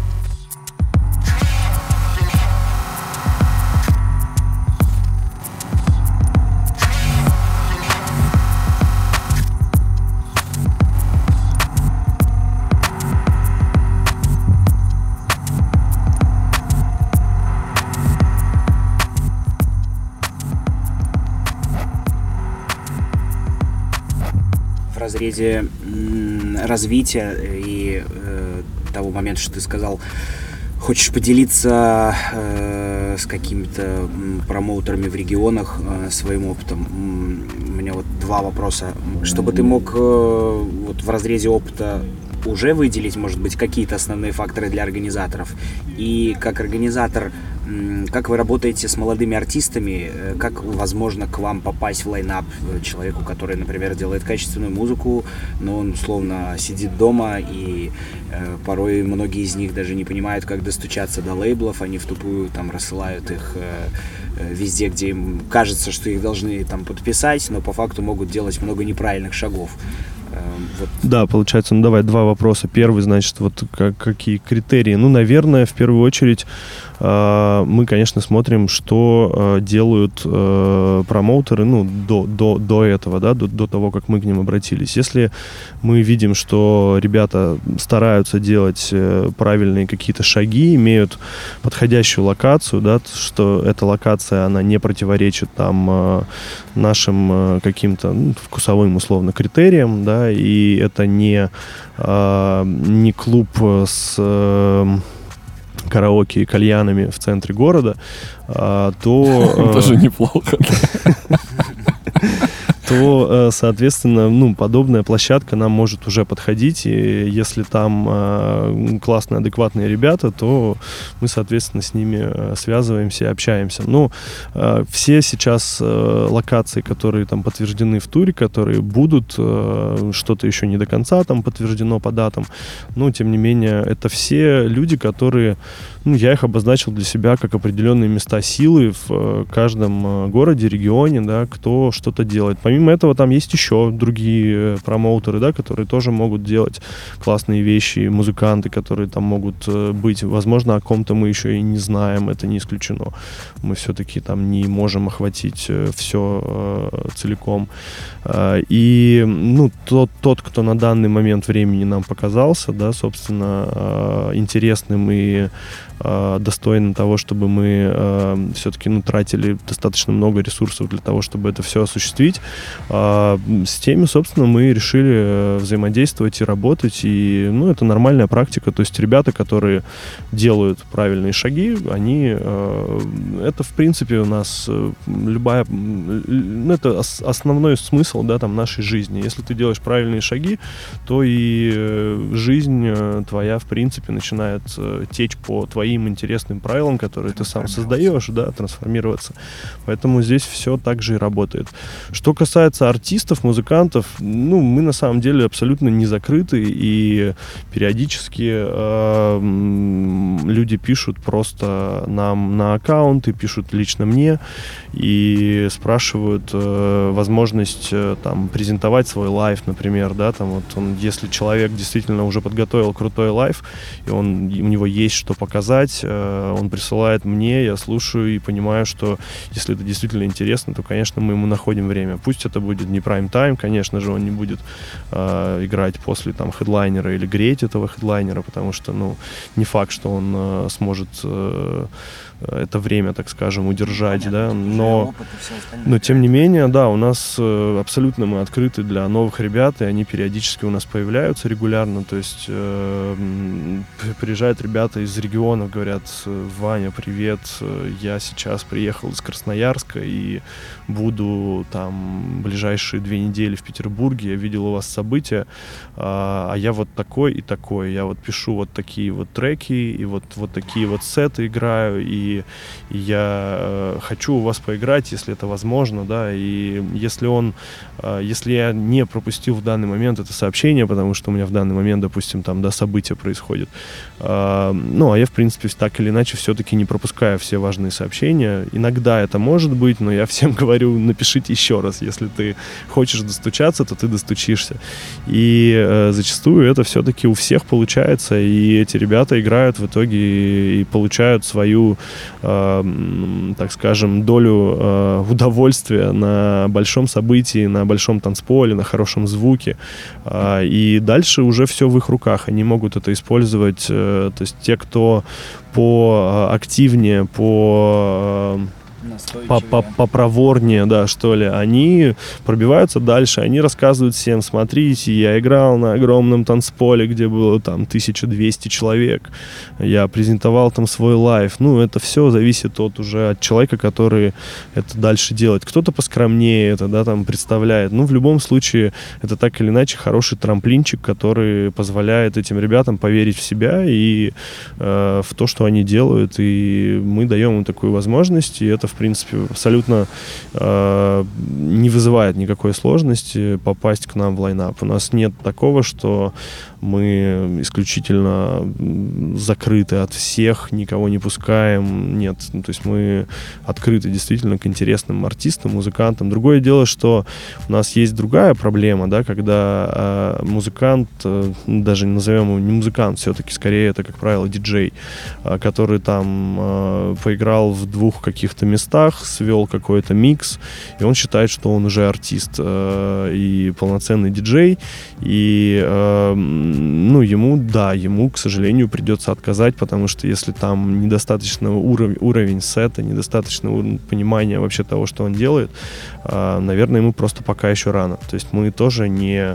C: В разрезе развития и того момента, что ты сказал, хочешь поделиться с какими-то промоутерами в регионах своим опытом. У меня вот два вопроса. Чтобы ты мог вот в разрезе опыта уже выделить, может быть, какие-то основные факторы для организаторов. И как организатор, как вы работаете с молодыми артистами, как возможно к вам попасть в лайнап человеку, который, например, делает качественную музыку, но он условно сидит дома, и порой многие из них даже не понимают, как достучаться до лейблов, они в тупую там рассылают их везде, где им кажется, что их должны там подписать, но по факту могут делать много неправильных шагов. Вот.
D: Да, получается, ну давай два вопроса. Первый, значит, вот какие критерии? Ну, наверное, в первую очередь мы, конечно, смотрим, что делают промоутеры, ну, до этого, да, до того, как мы к ним обратились. Если мы видим, что ребята стараются делать правильные какие-то шаги, имеют подходящую локацию, да, что эта локация, она не противоречит там нашим каким-то вкусовым, условно, критериям, да, и это не клуб с караоке и кальянами в центре города, то...
B: Тоже неплохо.
D: То, соответственно, ну, подобная площадка нам может уже подходить, и если там классные, адекватные ребята, то мы, соответственно, с ними связываемся и общаемся. Ну, все сейчас локации, которые там подтверждены в туре, которые будут, что-то еще не до конца там подтверждено по датам, но, тем не менее, это все люди, которые, ну, я их обозначил для себя как определенные места силы в каждом городе, регионе, да, кто что-то делает. Помимо этого, там есть еще другие промоутеры, да, которые тоже могут делать классные вещи, музыканты, которые там могут быть. Возможно, о ком-то мы еще и не знаем, это не исключено. Мы все-таки там не можем охватить все целиком. И, ну, тот, кто на данный момент времени нам показался, да, собственно, интересным и достойным того, чтобы мы все-таки, ну, тратили достаточно много ресурсов для того, чтобы это все осуществить. С теми, собственно, мы решили взаимодействовать и работать, и, ну, это нормальная практика, то есть ребята, которые делают правильные шаги, они, это, в принципе, у нас любая, ну, это основной смысл, да, там, нашей жизни. Если ты делаешь правильные шаги, то и жизнь твоя, в принципе, начинает течь по твоим интересным правилам, которые ты сам создаешь, да, трансформироваться. Поэтому здесь все так же и работает. Что касается артистов, музыкантов, ну, мы на самом деле абсолютно не закрыты, и периодически люди пишут просто нам на аккаунты, пишут лично мне и спрашивают возможность там презентовать свой лайв, например, да, там вот если человек действительно уже подготовил крутой лайв, и у него есть что показать, он присылает мне, я слушаю и понимаю, что если это действительно интересно, то, конечно, мы ему находим время. Пусть это будет не прайм-тайм, конечно же, он не будет играть после там хедлайнера или греть этого хедлайнера, потому что, ну, не факт, что он сможет это время, так скажем, удержать, да, но тем не менее, да, у нас абсолютно мы открыты для новых ребят, и они периодически у нас появляются регулярно, то есть приезжают ребята из регионов, говорят: Ваня, привет, я сейчас приехал из Красноярска и буду там ближайшие 2 недели в Петербурге, я видел у вас события, а я вот такой и такой, я вот пишу вот такие вот треки, и вот такие вот сеты играю, и я хочу у вас поиграть, если это возможно, да, и если я не пропустил в данный момент это сообщение, потому что у меня в данный момент, допустим, там, да, события происходят, а я, в принципе, так или иначе все-таки не пропускаю все важные сообщения. Иногда это может быть, но я всем говорю, напишите еще раз. Если ты хочешь достучаться, то ты достучишься. И зачастую это все-таки у всех получается, и эти ребята играют в итоге и получают свою, так скажем, долю удовольствия на большом событии, на большом танцполе, на хорошем звуке. И дальше уже все в их руках. Они могут это использовать. То есть те, кто поактивнее, попроворнее, да, что ли, они пробиваются дальше, они рассказывают всем: смотрите, я играл на огромном танцполе, где было там 1200 человек, я презентовал там свой лайв. Это все зависит от человека, который это дальше делает. Кто-то поскромнее это, да, там представляет. В любом случае, это так или иначе хороший трамплинчик, который позволяет этим ребятам поверить в себя и в то, что они делают, и мы даем им такую возможность, и это, в принципе, абсолютно не вызывает никакой сложности попасть к нам в лайнап. У нас нет такого, что мы исключительно закрыты от всех, никого не пускаем. Нет, то есть мы открыты действительно к интересным артистам, музыкантам. Другое дело, что у нас есть другая проблема, да, когда музыкант, даже назовем его не музыкант, все-таки скорее это, как правило, диджей, который там поиграл в 2 каких-то местах, свел какой-то микс, и он считает, что он уже артист и полноценный диджей, и ему, к сожалению, придется отказать, потому что если там недостаточно уровень сета, недостаточно понимания вообще того, что он делает, наверное, ему просто пока еще рано. То есть мы тоже не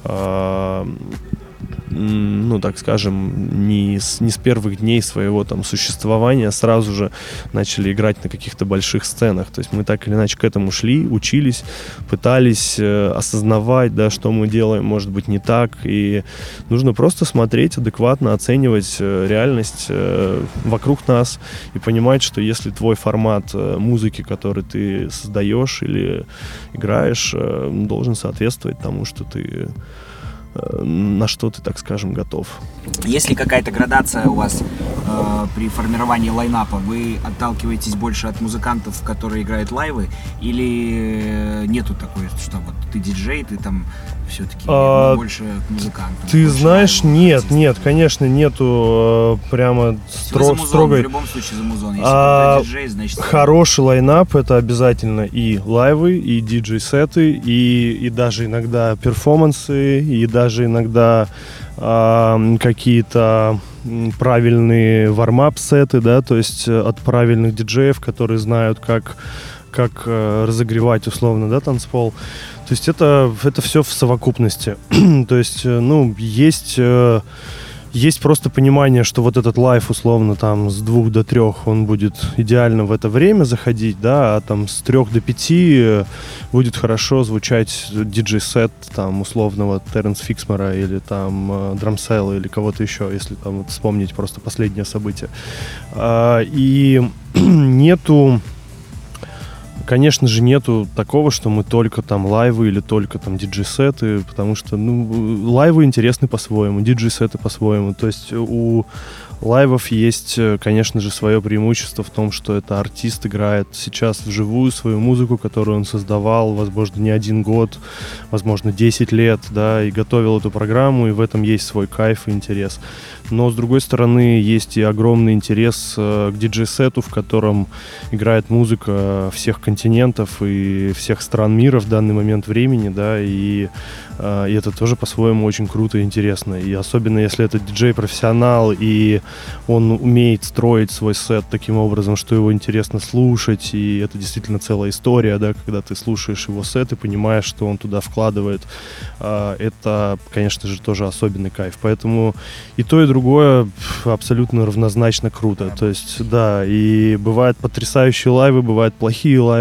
D: так скажем, не с первых дней своего там существования сразу же начали играть на каких-то больших сценах. То есть мы так или иначе к этому шли, учились, пытались осознавать, да, что мы делаем, может быть, не так. И нужно просто смотреть, адекватно оценивать реальность вокруг нас и понимать, что если твой формат музыки, который ты создаешь или играешь, должен соответствовать тому, что ты на что ты, так скажем, готов.
C: Есть ли какая-то градация у вас при формировании лайнапа? Вы отталкиваетесь больше от музыкантов, которые играют лайвы, или нету такой, что вот ты диджей, ты там все-таки больше к музыкантам?
D: Ты знаешь, нет, конечно, нету прямо строгой...
C: В любом случае за музон. Если ты диджей, значит...
D: Хороший лайнап — это обязательно и лайвы, и диджей-сеты, и даже иногда перформансы, и даже иногда какие-то правильные вармап-сеты, да, то есть от правильных диджеев, которые знают, как разогревать условно, да, танцпол. То есть это все в совокупности. То есть, есть просто понимание, что вот этот лайв условно там с 2 до 3 он будет идеально в это время заходить, да, а там с 3 до 5 будет хорошо звучать диджей-сет там условного Терренс Фиксмера или там Драмсела или кого-то еще, если там вот вспомнить просто последнее событие. И конечно же, нету такого, что мы только там лайвы или только там диджей-сеты, потому что, лайвы интересны по-своему, диджей-сеты по-своему. То есть у лайвов есть, конечно же, свое преимущество в том, что это артист играет сейчас вживую свою музыку, которую он создавал, возможно, не 1 год, возможно, 10 лет, да, и готовил эту программу, и в этом есть свой кайф и интерес. Но, с другой стороны, есть и огромный интерес к диджей-сету, в котором играет музыка всех континентов и всех стран мира в данный момент времени, да, и это тоже по-своему очень круто и интересно. И особенно, если это диджей-профессионал, и он умеет строить свой сет таким образом, что его интересно слушать, и это действительно целая история, да, когда ты слушаешь его сет и понимаешь, что он туда вкладывает. Это, конечно же, тоже особенный кайф. Поэтому и то, и другое абсолютно равнозначно круто. То есть, да, и бывают потрясающие лайвы, бывают плохие лайвы,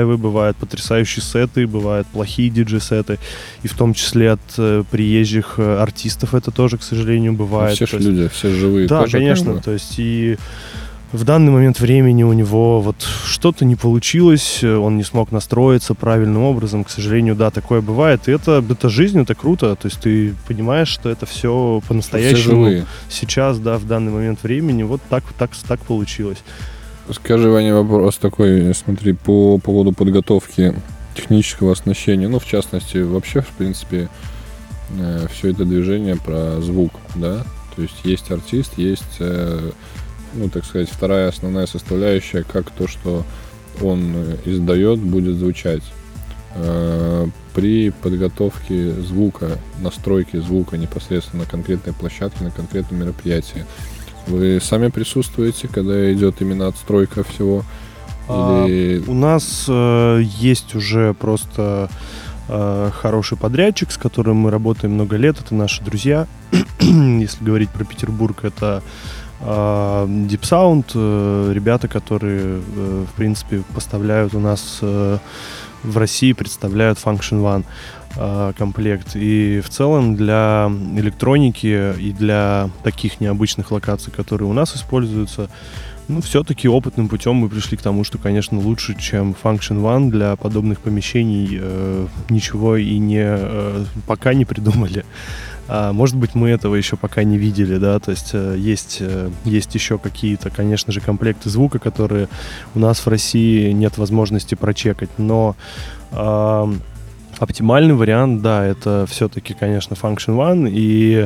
D: лайвы, бывают потрясающие сеты, бывают плохие диджей-сеты, и в том числе от приезжих артистов это тоже, к сожалению, бывает.
B: Все же люди, все живые.
D: Да,
B: тоже,
D: конечно,
B: как бы.
D: то есть и в данный момент времени у него вот что-то не получилось, он не смог настроиться правильным образом, к сожалению, да, такое бывает, и это жизнь, это круто, то есть ты понимаешь, что это все по-настоящему сейчас, да, в данный момент времени, вот так получилось.
B: Скажи, Ваня, вопрос такой, смотри, по поводу подготовки технического оснащения, ну, в частности, вообще, в принципе, все это движение про звук, да, то есть артист, есть... ну, так сказать, вторая основная составляющая, как то, что он издает, будет звучать. При подготовке звука, настройке звука непосредственно на конкретной площадке, на конкретном мероприятии, вы сами присутствуете, когда идет именно отстройка всего? Или...
D: У нас есть уже просто хороший подрядчик, с которым мы работаем много лет, это наши друзья. Если говорить про Петербург, это Deep Sound, ребята, которые, в принципе, поставляют у нас в России, представляют Function One комплект. И в целом для электроники и для таких необычных локаций, которые у нас используются, ну, все-таки опытным путем мы пришли к тому, что, конечно, лучше, чем Function One для подобных помещений ничего и пока не придумали. Может быть, мы этого еще пока не видели, да, то есть есть еще какие-то, конечно же, комплекты звука, которые у нас в России нет возможности прочекать, но оптимальный вариант, да, это все-таки, конечно, Function One, и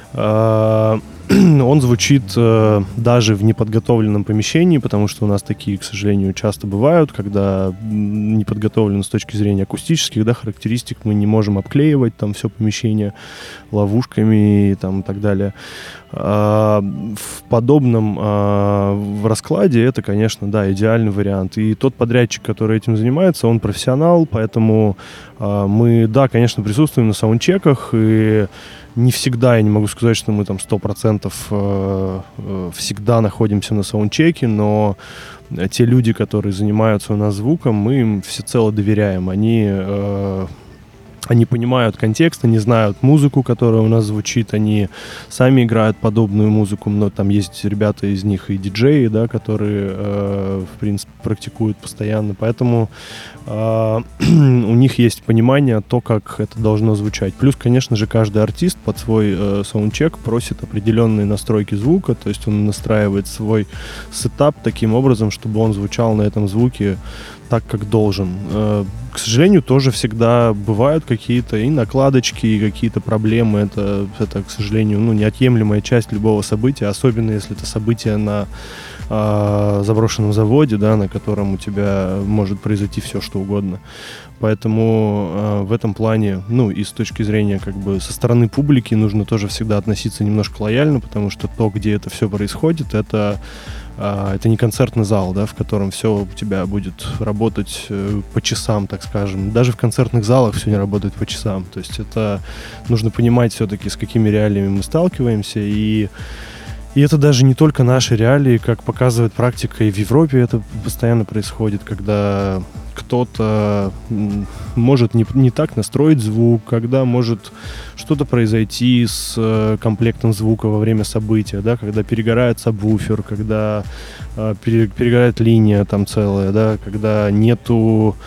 D: он звучит даже в неподготовленном помещении, потому что у нас такие, к сожалению, часто бывают, когда не подготовлено с точки зрения акустических, да, характеристик, мы не можем обклеивать там все помещение ловушками и там, и так далее. В подобном в раскладе это, конечно, да, идеальный вариант. И тот подрядчик, который этим занимается, он профессионал, поэтому мы, да, конечно, присутствуем на саундчеках, и не всегда, я не могу сказать, что мы там 100% всегда находимся на саундчеке, но те люди, которые занимаются у нас звуком, мы им всецело доверяем. Они понимают контекст, они знают музыку, которая у нас звучит, они сами играют подобную музыку, но там есть ребята из них и диджеи, да, которые, в принципе, практикуют постоянно, поэтому у них есть понимание то, как это должно звучать. Плюс, конечно же, каждый артист под свой саундчек просит определенные настройки звука, то есть он настраивает свой сетап таким образом, чтобы он звучал на этом звуке так, как должен. К сожалению, тоже всегда бывают какие-то и накладочки, и какие-то проблемы. Это, к сожалению, неотъемлемая часть любого события, особенно если это событие на заброшенном заводе, да, на котором у тебя может произойти все, что угодно. Поэтому в этом плане, и с точки зрения как бы со стороны публики нужно тоже всегда относиться немножко лояльно, потому что то, где это все происходит, это не концертный зал, да, в котором все у тебя будет работать по часам, так скажем. Даже в концертных залах все не работает по часам. То есть это нужно понимать все-таки, с какими реалиями мы сталкиваемся. И это даже не только наши реалии, как показывает практика, и в Европе это постоянно происходит, когда кто-то может не так настроить звук, когда может что-то произойти с комплектом звука во время события, да, когда перегорает сабвуфер, когда перегорает линия там целая, да, когда нету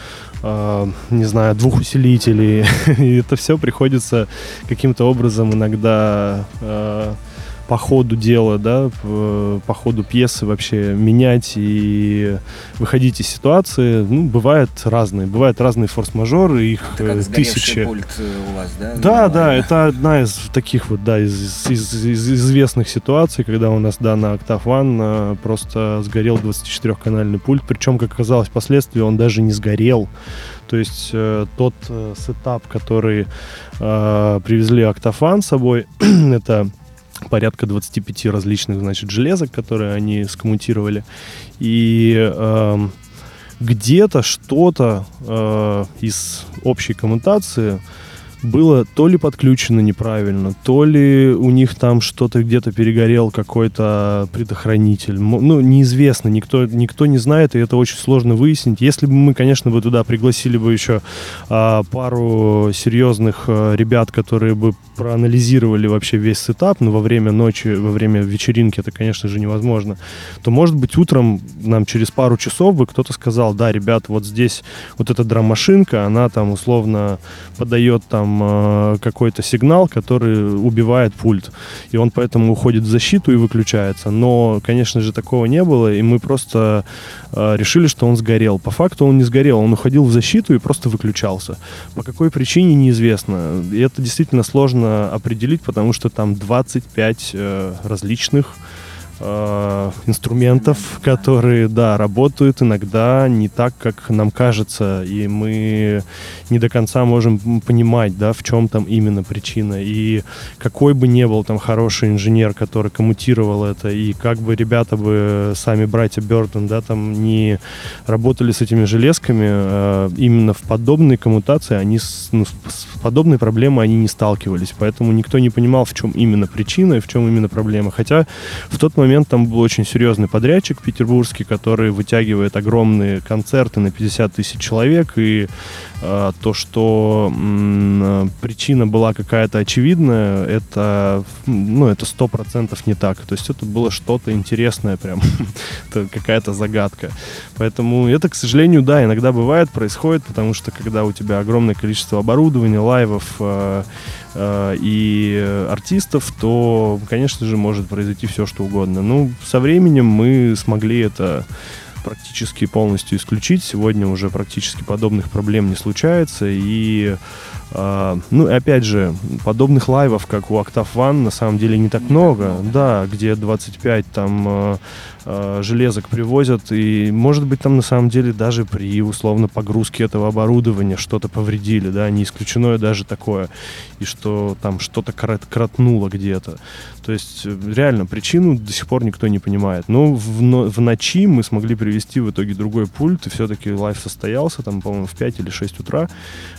D: двух усилителей. И это все приходится каким-то образом иногда по ходу дела, да, по ходу пьесы вообще менять и выходить из ситуации. Бывают разные форс-мажоры, их тысячи.
C: Пульт у вас, да?
D: Да, это одна из таких вот, да, из известных ситуаций, когда у нас, да, на Octave One просто сгорел 24-канальный пульт, причем, как оказалось впоследствии, он даже не сгорел. То есть тот сетап, который привезли Octave One с собой, это порядка 25 различных, значит, железок, которые они скоммутировали. И где-то что-то из общей коммутации было то ли подключено неправильно, то ли у них там что-то где-то перегорел какой-то предохранитель. Ну, неизвестно, никто не знает, и это очень сложно выяснить. Если бы мы, конечно, бы туда пригласили бы еще пару серьезных ребят, которые бы проанализировали вообще весь сетап, но во время ночи, во время вечеринки это, конечно же, невозможно, то, может быть, утром нам через пару часов бы кто-то сказал: да, ребят, вот здесь вот эта драм-машинка, она там условно подает там какой-то сигнал, который убивает пульт, и он поэтому уходит в защиту и выключается. Но, конечно же, такого не было, и мы просто решили, что он сгорел. По факту он не сгорел, он уходил в защиту и просто выключался. По какой причине, неизвестно. И это действительно сложно определить, потому что там 25 различных инструментов, которые, да, работают иногда не так, как нам кажется, и мы не до конца можем понимать, да, в чем там именно причина. И какой бы ни был там хороший инженер, который коммутировал это, и как бы ребята бы, сами братья Бёртон, да, там не работали с этими железками, именно в подобной коммутации они с подобной проблемой они не сталкивались, поэтому никто не понимал, в чем именно причина и в чем именно проблема. Хотя в тот момент там был очень серьезный подрядчик петербургский, который вытягивает огромные концерты на 50 тысяч человек, и то, что причина была какая-то очевидная, это 100% не так. То есть это было что-то интересное прям, это какая-то загадка. Поэтому это, к сожалению, да, иногда бывает, происходит, потому что когда у тебя огромное количество оборудования, лайвов и артистов, то, конечно же, может произойти все, что угодно. Ну, со временем мы смогли это практически полностью исключить. Сегодня уже практически подобных проблем не случается. И, опять же, подобных лайвов, как у Octave One, на самом деле не так много. Да, где 25 там железок привозят, и, может быть, там на самом деле даже при условно погрузке этого оборудования что-то повредили, да, не исключено даже такое, и что там что-то кротнуло где-то. То есть, реально, причину до сих пор никто не понимает. Но в ночи мы смогли привезти в итоге другой пульт, и все-таки лайв состоялся, там, по-моему, в 5 или 6 утра,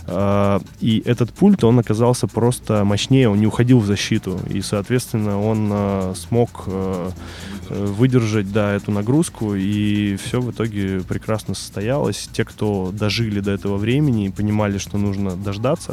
D: и этот пульт, он оказался просто мощнее, он не уходил в защиту, и, соответственно, он смог выдержать, да, эту нагрузку, и все в итоге прекрасно состоялось. Те, кто дожили до этого времени и понимали, что нужно дождаться,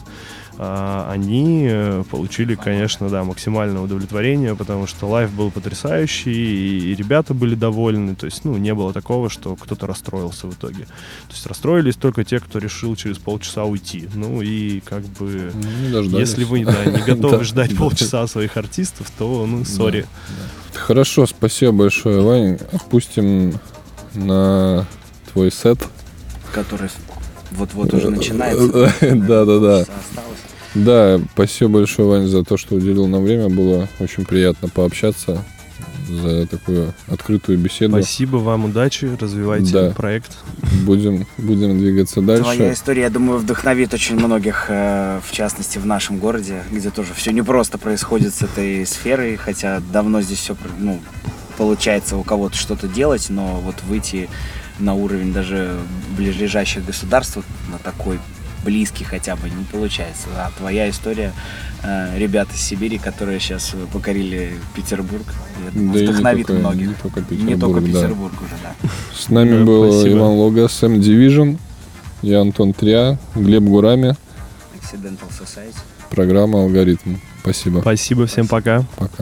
D: они получили, конечно, да, максимальное удовлетворение, потому что лайв был потрясающий, и ребята были довольны, то есть, не было такого, что кто-то расстроился в итоге. То есть расстроились только те, кто решил через полчаса уйти. Ну и как бы, если вы не готовы ждать полчаса своих артистов, то, сори.
B: Хорошо, спасибо большое, Вань. Отпустим на твой сет.
C: Который вот-вот уже начинается.
B: Да. Да, спасибо большое, Вань, за то, что уделил нам время. Было очень приятно пообщаться, за такую открытую беседу.
D: Спасибо вам, удачи, развивайте проект.
B: Будем двигаться дальше.
C: Твоя история, я думаю, вдохновит очень многих, в частности, в нашем городе, где тоже все непросто происходит с этой сферой, хотя давно здесь все, получается у кого-то что-то делать, но вот выйти на уровень даже ближайших государств, на такой близкий хотя бы, не получается. А твоя история, ребята из Сибири, которые сейчас покорили Петербург, я думаю, вдохновит многих. Не только Петербург уже, да.
B: С нами был Иван Логас, M-Division, я Антон Триа, Глеб Гурами.
C: Accidental Society.
B: Программа «Алгоритм». Спасибо.
D: Спасибо, всем пока.
B: Пока.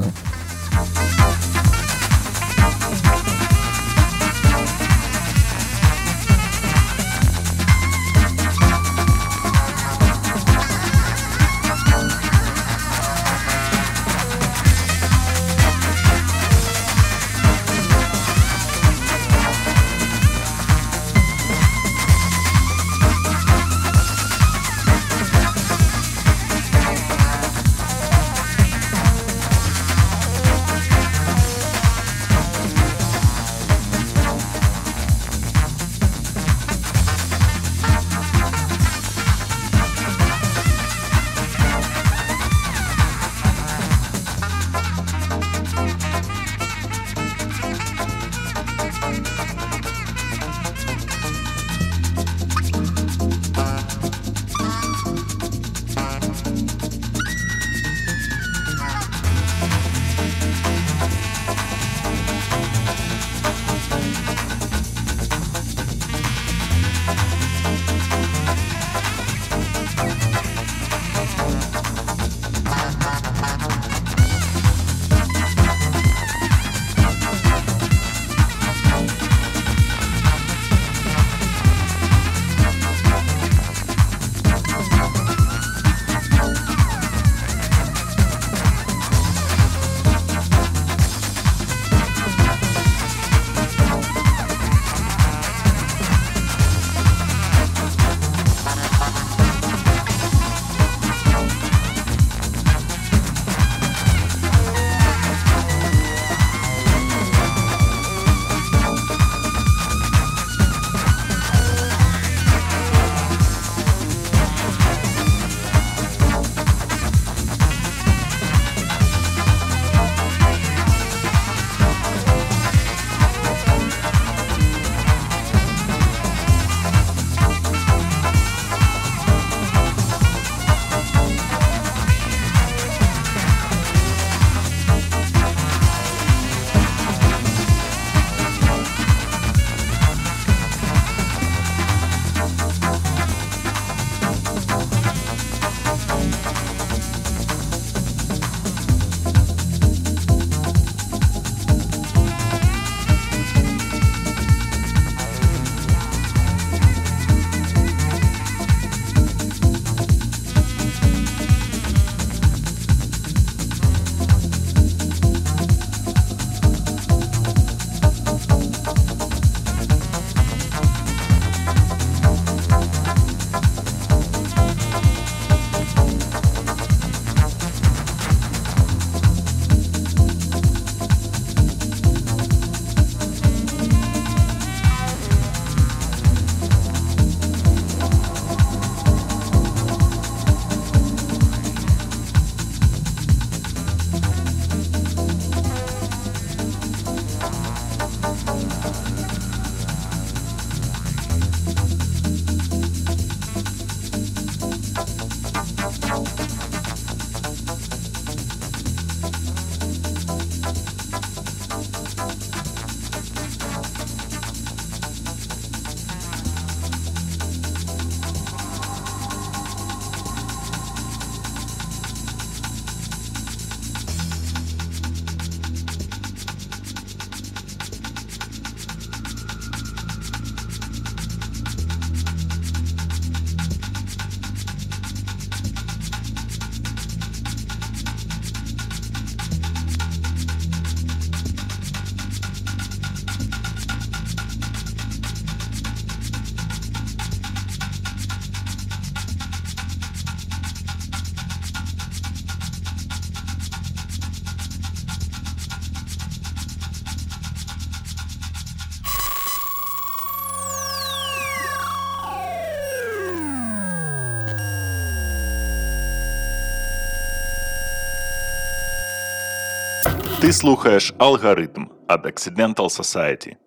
A: Ти слухаєш «Алгоритм» від Accidental Society.